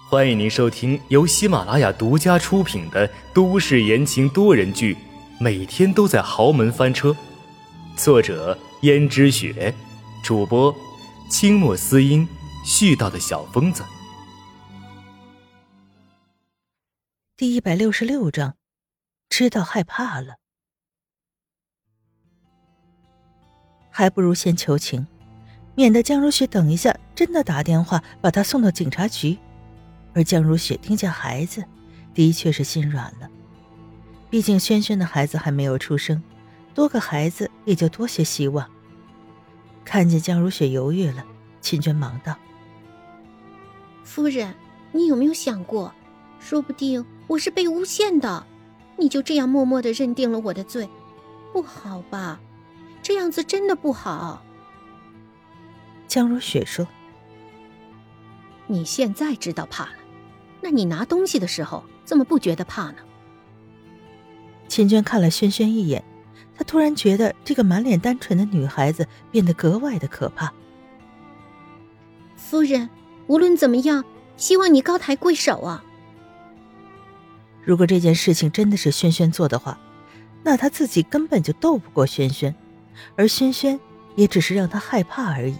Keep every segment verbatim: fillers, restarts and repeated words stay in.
欢迎您收听由喜马拉雅独家出品的都市言情多人剧《每天都在豪门翻车》，作者胭脂雪，主播清墨思音，絮叨的小疯子。 第一百六十六章，知道害怕了。还不如先求情，免得江如雪等一下真的打电话把他送到警察局。而江如雪听见孩子，的确是心软了。毕竟轩轩的孩子还没有出生，多个孩子也就多些希望。看见江如雪犹豫了，秦娟忙道： 夫人，你有没有想过，说不定我是被诬陷的，你就这样默默地认定了我的罪，不好吧？这样子真的不好。 江如雪说： 你现在知道怕了，那你拿东西的时候怎么不觉得怕呢？ 秦娟看了轩轩一眼，她突然觉得这个满脸单纯的女孩子变得格外的可怕。 夫人，无论怎么样，希望你高抬贵手啊。 如果这件事情真的是轩轩做的话，那她自己根本就斗不过轩轩，而轩轩也只是让她害怕而已。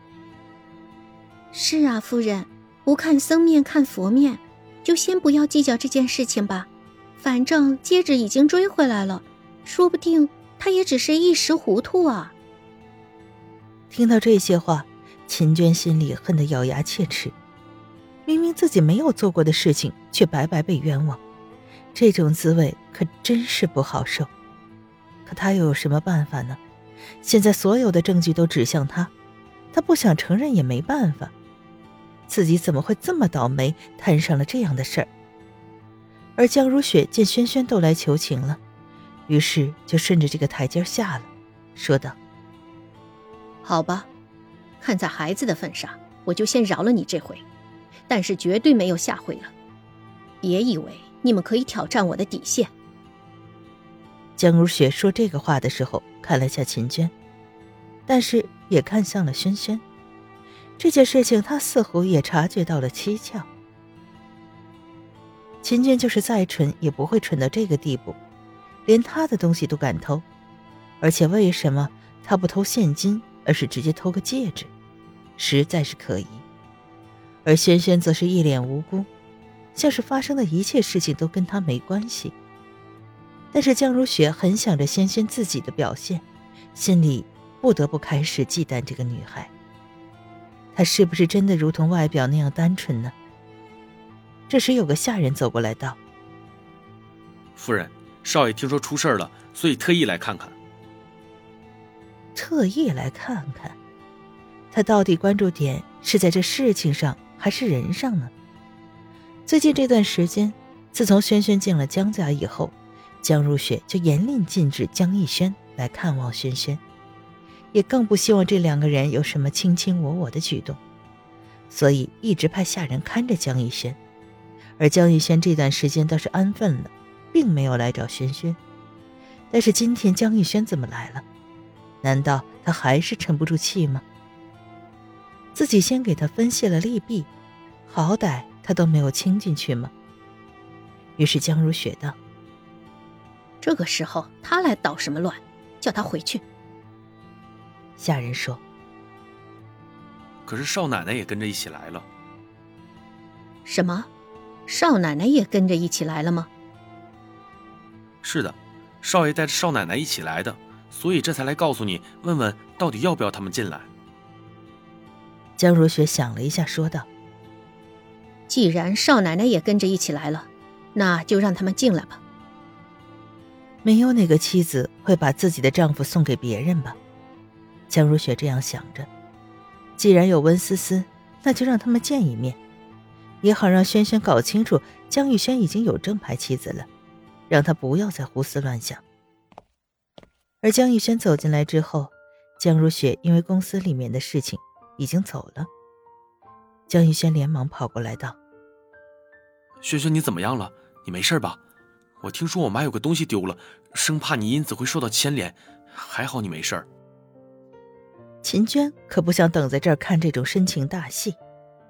是啊，夫人，不看僧面看佛面，就先不要计较这件事情吧。反正戒指已经追回来了，说不定他也只是一时糊涂啊。 听到这些话，秦娟心里恨得咬牙切齿。明明自己没有做过的事情，却白白被冤枉，这种滋味可真是不好受。可他又有什么办法呢？现在所有的证据都指向他，他不想承认也没办法。自己怎么会这么倒霉，摊上了这样的事儿？而江如雪见轩轩都来求情了，于是就顺着这个台阶下了，说道： 好吧，看在孩子的份上，我就先饶了你这回，但是绝对没有下回了。别以为你们可以挑战我的底线。 江如雪说这个话的时候，看了下秦娟，但是也看向了轩轩。这件事情他似乎也察觉到了蹊跷。秦娟就是再蠢也不会蠢到这个地步，连他的东西都敢偷，而且为什么他不偷现金，而是直接偷个戒指，实在是可疑。而轩轩则是一脸无辜，像是发生的一切事情都跟他没关系。但是江如雪很想着轩轩自己的表现，心里不得不开始忌惮这个女孩。她是不是真的如同外表那样单纯呢？这时有个下人走过来道： 夫人，少爷听说出事了，所以特意来看看。 特意来看看？他到底关注点是在这事情上还是人上呢？最近这段时间，自从轩轩进了江家以后，江如雪就严令禁止江逸轩来看望轩轩，也更不希望这两个人有什么卿卿我我的举动，所以一直派下人看着江逸轩。而江逸轩这段时间倒是安分了，并没有来找轩轩。但是今天江逸轩怎么来了？难道他还是沉不住气吗？自己先给他分析了利弊，好歹他都没有听进去吗？于是江如雪道： 这个时候他来捣什么乱，叫他回去。 下人说： 可是少奶奶也跟着一起来了。 什么？少奶奶也跟着一起来了吗？ 是的，少爷带着少奶奶一起来的，所以这才来告诉你，问问到底要不要他们进来。 江如雪想了一下说道： 既然少奶奶也跟着一起来了，那就让他们进来吧。 没有哪个妻子会把自己的丈夫送给别人吧？江如雪这样想着。既然有温思思，那就让他们见一面，也好让轩轩搞清楚江玉轩已经有正牌妻子了，让他不要再胡思乱想。而江玉轩走进来之后，江如雪因为公司里面的事情已经走了。江玉轩连忙跑过来道： 轩轩，你怎么样了？你没事吧？我听说我妈有个东西丢了，生怕你因此会受到牵连，还好你没事。 秦娟可不想等在这儿看这种深情大戏，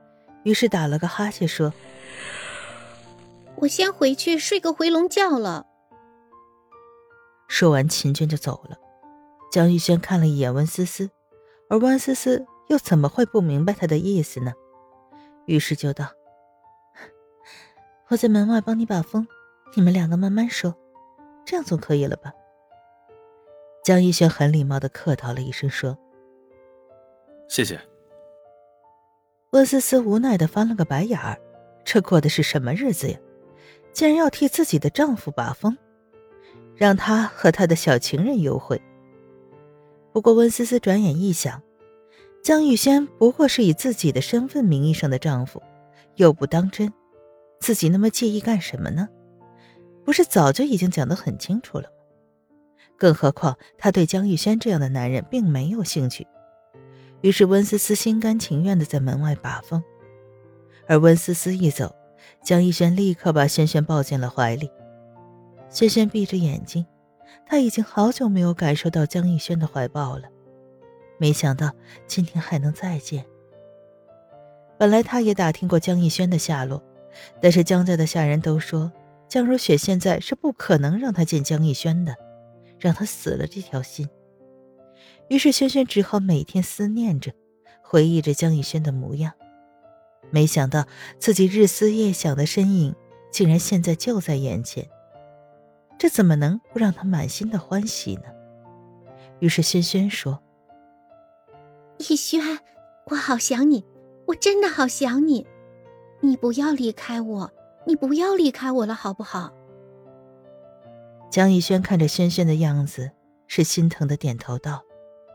于是打了个哈欠说：“ 我先回去睡个回笼觉了。” 说完秦娟就走了。江玉轩看了一眼温思思，而温思思又怎么会不明白他的意思呢？于是就道：“我在门外帮你把风，你们两个慢慢说，这样总可以了吧？”江玉轩很礼貌地客套了一声说：“ 谢谢。” 温思思无奈地翻了个白眼儿，这过的是什么日子呀？竟然要替自己的丈夫把风，让他和他的小情人幽会。不过温思思转眼一想，江玉轩不过是以自己的身份名义上的丈夫，又不当真，自己那么介意干什么呢？不是早就已经讲得很清楚了吗？更何况他对江玉轩这样的男人并没有兴趣。于是温思思心甘情愿地在门外把风。而温思思一走，江玉轩立刻把轩轩抱进了怀里。轩轩闭着眼睛，他已经好久没有感受到江玉轩的怀抱了，没想到今天还能再见。本来他也打听过江玉轩的下落，但是江家的下人都说江如雪现在是不可能让他见江玉轩的，让他死了这条心。于是轩轩只好每天思念着，回忆着江玉轩的模样。没想到自己日思夜想的身影竟然现在就在眼前，这怎么能不让他满心的欢喜呢？于是轩轩说：“ 逸轩，我好想你，我真的好想你，你不要离开我，你不要离开我了好不好？” 江逸轩看着轩轩的样子，是心疼的点头道：“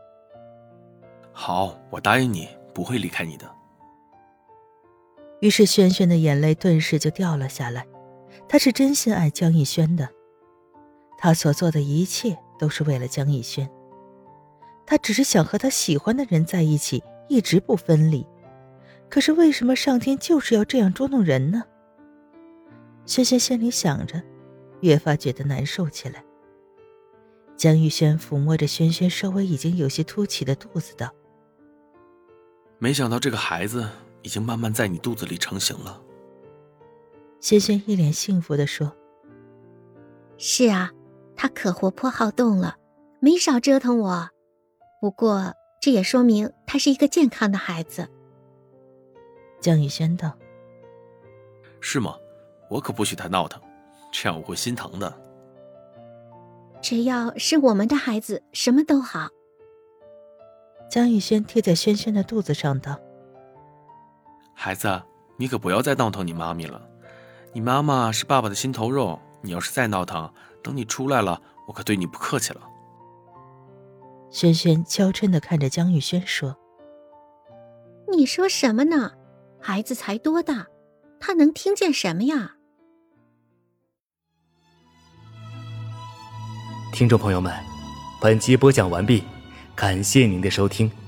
好，我答应你，不会离开你的。” 于是轩轩的眼泪顿时就掉了下来，他是真心爱江逸轩的，他所做的一切都是为了江逸轩，他只是想和他喜欢的人在一起，一直不分离。可是为什么上天就是要这样捉弄人呢？轩轩心里想着，越发觉得难受起来。江玉轩抚摸着轩轩稍微已经有些凸起的肚子道：“ 没想到这个孩子已经慢慢在你肚子里成型了。” 轩轩一脸幸福地说：“ 是啊，他可活泼好动了，没少折腾我。不过这也说明他是一个健康的孩子。” 江玉轩道：“ 是吗？我可不许他闹腾，这样我会心疼的。” 只要是我们的孩子，什么都好。 江玉轩贴在轩轩的肚子上道：“ 孩子，你可不要再闹腾你妈咪了，你妈妈是爸爸的心头肉，你要是再闹腾，等你出来了，我可对你不客气了。” 轩轩娇嗔地看着江玉轩说：“ 你说什么呢？孩子才多大，他能听见什么呀？” 听众朋友们，本集播讲完毕，感谢您的收听。